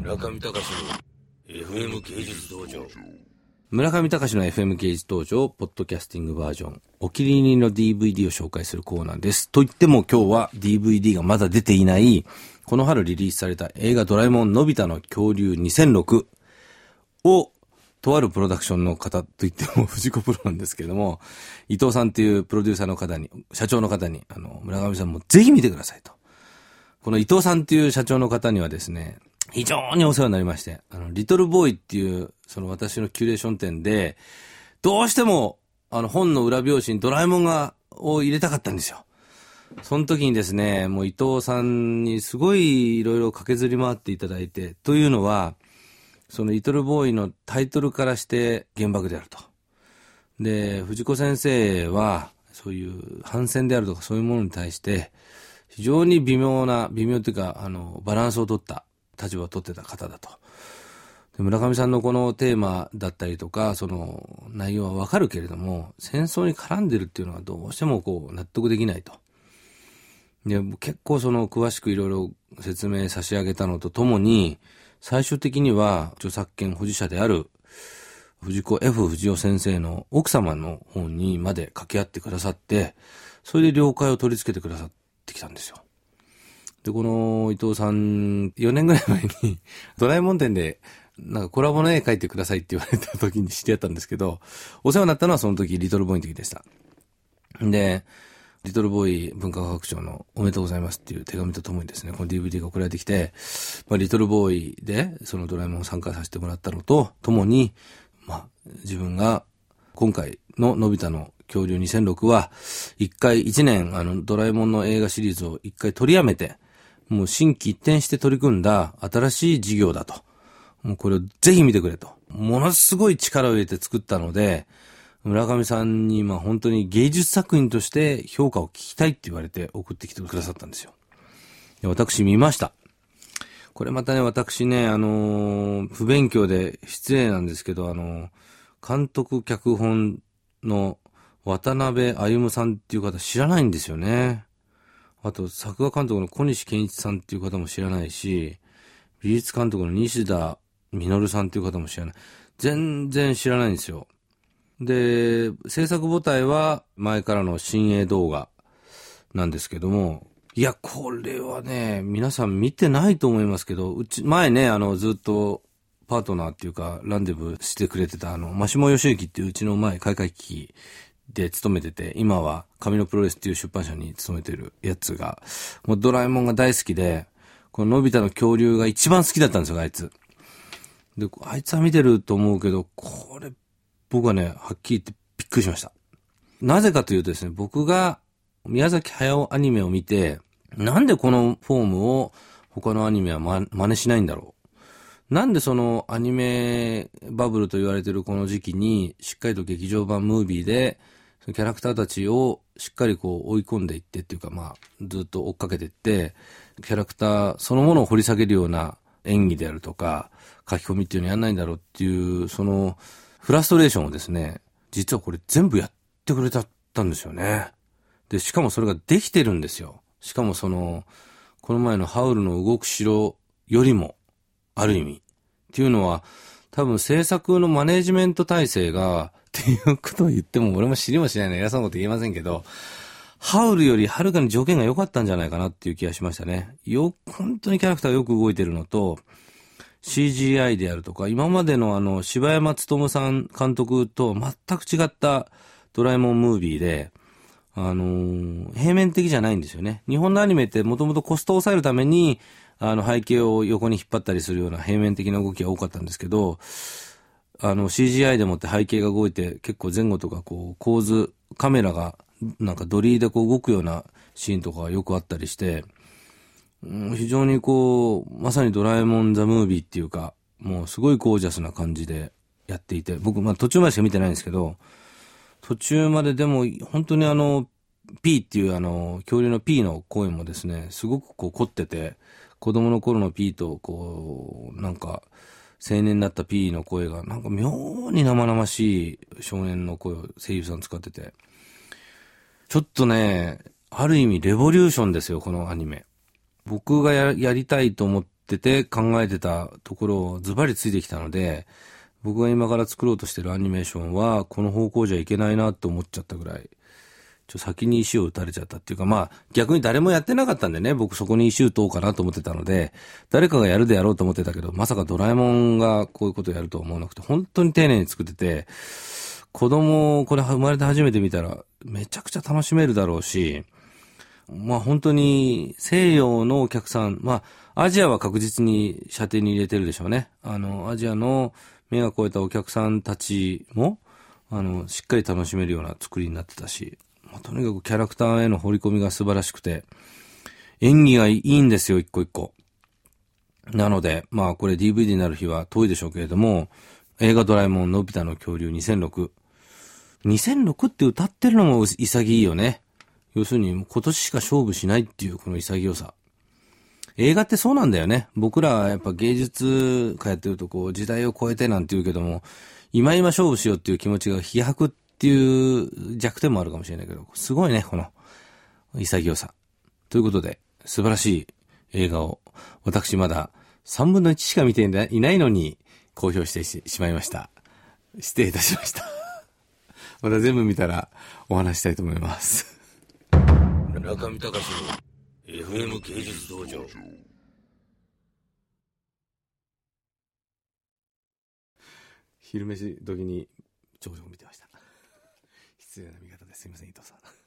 村上隆の FM 芸術道場。 村上隆の FM 芸術道場ポッドキャスティングバージョン、お気に入りの DVD を紹介するコーナーです。と言っても今日は DVD がまだ出ていないこの春リリースされた映画ドラえもんのび太の恐竜2006をとあるプロダクションの方と言っても藤子プロなんですけれども、伊藤さんというプロデューサーの方に、社長の方に村上さんもぜひ見てくださいと。この伊藤さんという社長の方にはですね、非常にお世話になりまして、リトルボーイっていうその私のキュレーション展でどうしても本の裏表紙にドラえもんを入れたかったんですよ。その時にですね、もう伊藤さんにすごいいろいろ駆けずり回っていただいて、というのはそのリトルボーイのタイトルからして原爆であると。で、藤子先生はそういう反戦であるとかそういうものに対して非常に微妙というかバランスを取った立場を取ってた方だと。で、村上さんのこのテーマだったりとかその内容はわかるけれども、戦争に絡んでるっていうのはどうしてもこう納得できないと。で、結構その詳しくいろいろ説明差し上げたのとともに、最終的には著作権保持者である藤子 F 不二雄先生の奥様の方にまで掛け合ってくださって、それで了解を取り付けてくださってきたんですよ。で、この伊藤さん、4年ぐらい前にドラえもん展でなんかコラボの絵描いてくださいって言われた時に知り合ったんですけど、お世話になったのはその時リトルボーイの時でした。で、リトルボーイ文化科学省のおめでとうございますっていう手紙とともにですね、この DVD が送られてきて、リトルボーイでそのドラえもんを参加させてもらったのとともに、自分が今回ののび太の恐竜2006は1年ドラえもんの映画シリーズを一回取りやめて、もう心機一転して取り組んだ新しい事業だと。もうこれをぜひ見てくれと。ものすごい力を入れて作ったので、村上さんに本当に芸術作品として評価を聞きたいって言われて送ってきてくださったんですよ。で、私見ました。これまたね、私ね、不勉強で失礼なんですけど、監督脚本の渡辺歩さんっていう方知らないんですよね。あと、作画監督の小西健一さんっていう方も知らないし、美術監督の西田実さんっていう方も知らない。全然知らないんですよ。で、制作母体は前からの新鋭動画なんですけども、いや、これはね、皆さん見てないと思いますけど、前ね、ずっとパートナーっていうか、ランデブーしてくれてたマシモヨシユキっていううちの前、開会期で勤めてて、今は紙のプロレスっていう出版社に勤めてるやつが、もうドラえもんが大好きで、こののび太の恐竜が一番好きだったんですよ、あいつ。で、あいつは見てると思うけど、これ、僕はね、はっきり言ってびっくりしました。なぜかというとですね、僕が宮崎駿アニメを見て、なんでこのフォームを他のアニメは真似しないんだろう。なんでそのアニメバブルと言われているこの時期に、しっかりと劇場版ムービーで、キャラクターたちをしっかりこう追い込んでいってっていうか、ずっと追っかけていって、キャラクターそのものを掘り下げるような演技であるとか、書き込みっていうのやんないんだろうっていう、そのフラストレーションをですね、実はこれ全部やってくれたんですよね。で、しかもそれができてるんですよ。しかもこの前のハウルの動く城よりも、ある意味。っていうのは、多分制作のマネージメント体制が、っていうことを言っても俺も知りもしないの偉そうなこと言えませんけど、ハウルよりはるかに条件が良かったんじゃないかなっていう気がしましたね。本当にキャラクターがよく動いてるのと、CGI であるとか、今までの柴山勉さん監督と全く違ったドラえもんムービーで、平面的じゃないんですよね。日本のアニメってもともとコストを抑えるために、背景を横に引っ張ったりするような平面的な動きが多かったんですけど、CGI でもって背景が動いて結構前後とかこう構図、カメラがなんかドリーでこう動くようなシーンとかがよくあったりして、非常にこう、まさにドラえもんザムービーっていうか、もうすごいゴージャスな感じでやっていて、僕途中までしか見てないんですけど、途中まででも本当にP っていう恐竜の P の声もですね、すごくこう凝ってて、子供の頃の P とこう、なんか青年になった P の声がなんか妙に生々しい少年の声を声優さん使ってて、ちょっとね、ある意味レボリューションですよ、このアニメ。僕がやりたいと思っってて考えてたところをズバリついてきたので、僕が今から作ろうとしてるアニメーションはこの方向じゃいけないなって思っちゃったぐらい、先に石を打たれちゃったっていうか、まあ逆に誰もやってなかったんでね、僕そこに石打とうかなと思ってたので、誰かがやるでやろうと思ってたけど、まさかドラえもんがこういうことをやるとは思わなくて、本当に丁寧に作ってて、子供これ生まれて初めて見たらめちゃくちゃ楽しめるだろうし、まあ本当に西洋のお客さん、まあアジアは確実に射程に入れてるでしょうね。アジアの目が超えたお客さんたちも、しっかり楽しめるような作りになってたし、まあ、とにかくキャラクターへの彫り込みが素晴らしくて、演技がいいんですよ、一個一個。なので、まあこれ DVD になる日は遠いでしょうけれども、映画ドラえもんのび太の恐竜2006。2006って歌ってるのも潔いよね。要するに今年しか勝負しないっていうこの潔さ。映画ってそうなんだよね。僕らはやっぱ芸術家やってるとこう時代を超えてなんて言うけども、今勝負しようっていう気持ちが飛躍っていう弱点もあるかもしれないけど、すごいね、この潔さ。ということで、素晴らしい映画を私まだ3分の1しか見ていないのに公表してしまいました。失礼いたしました。また全部見たらお話したいと思います。 中見隆の FM 芸術道場。 昼飯時にちょこちょこ見てました。失礼な見方ですいません、伊藤さん。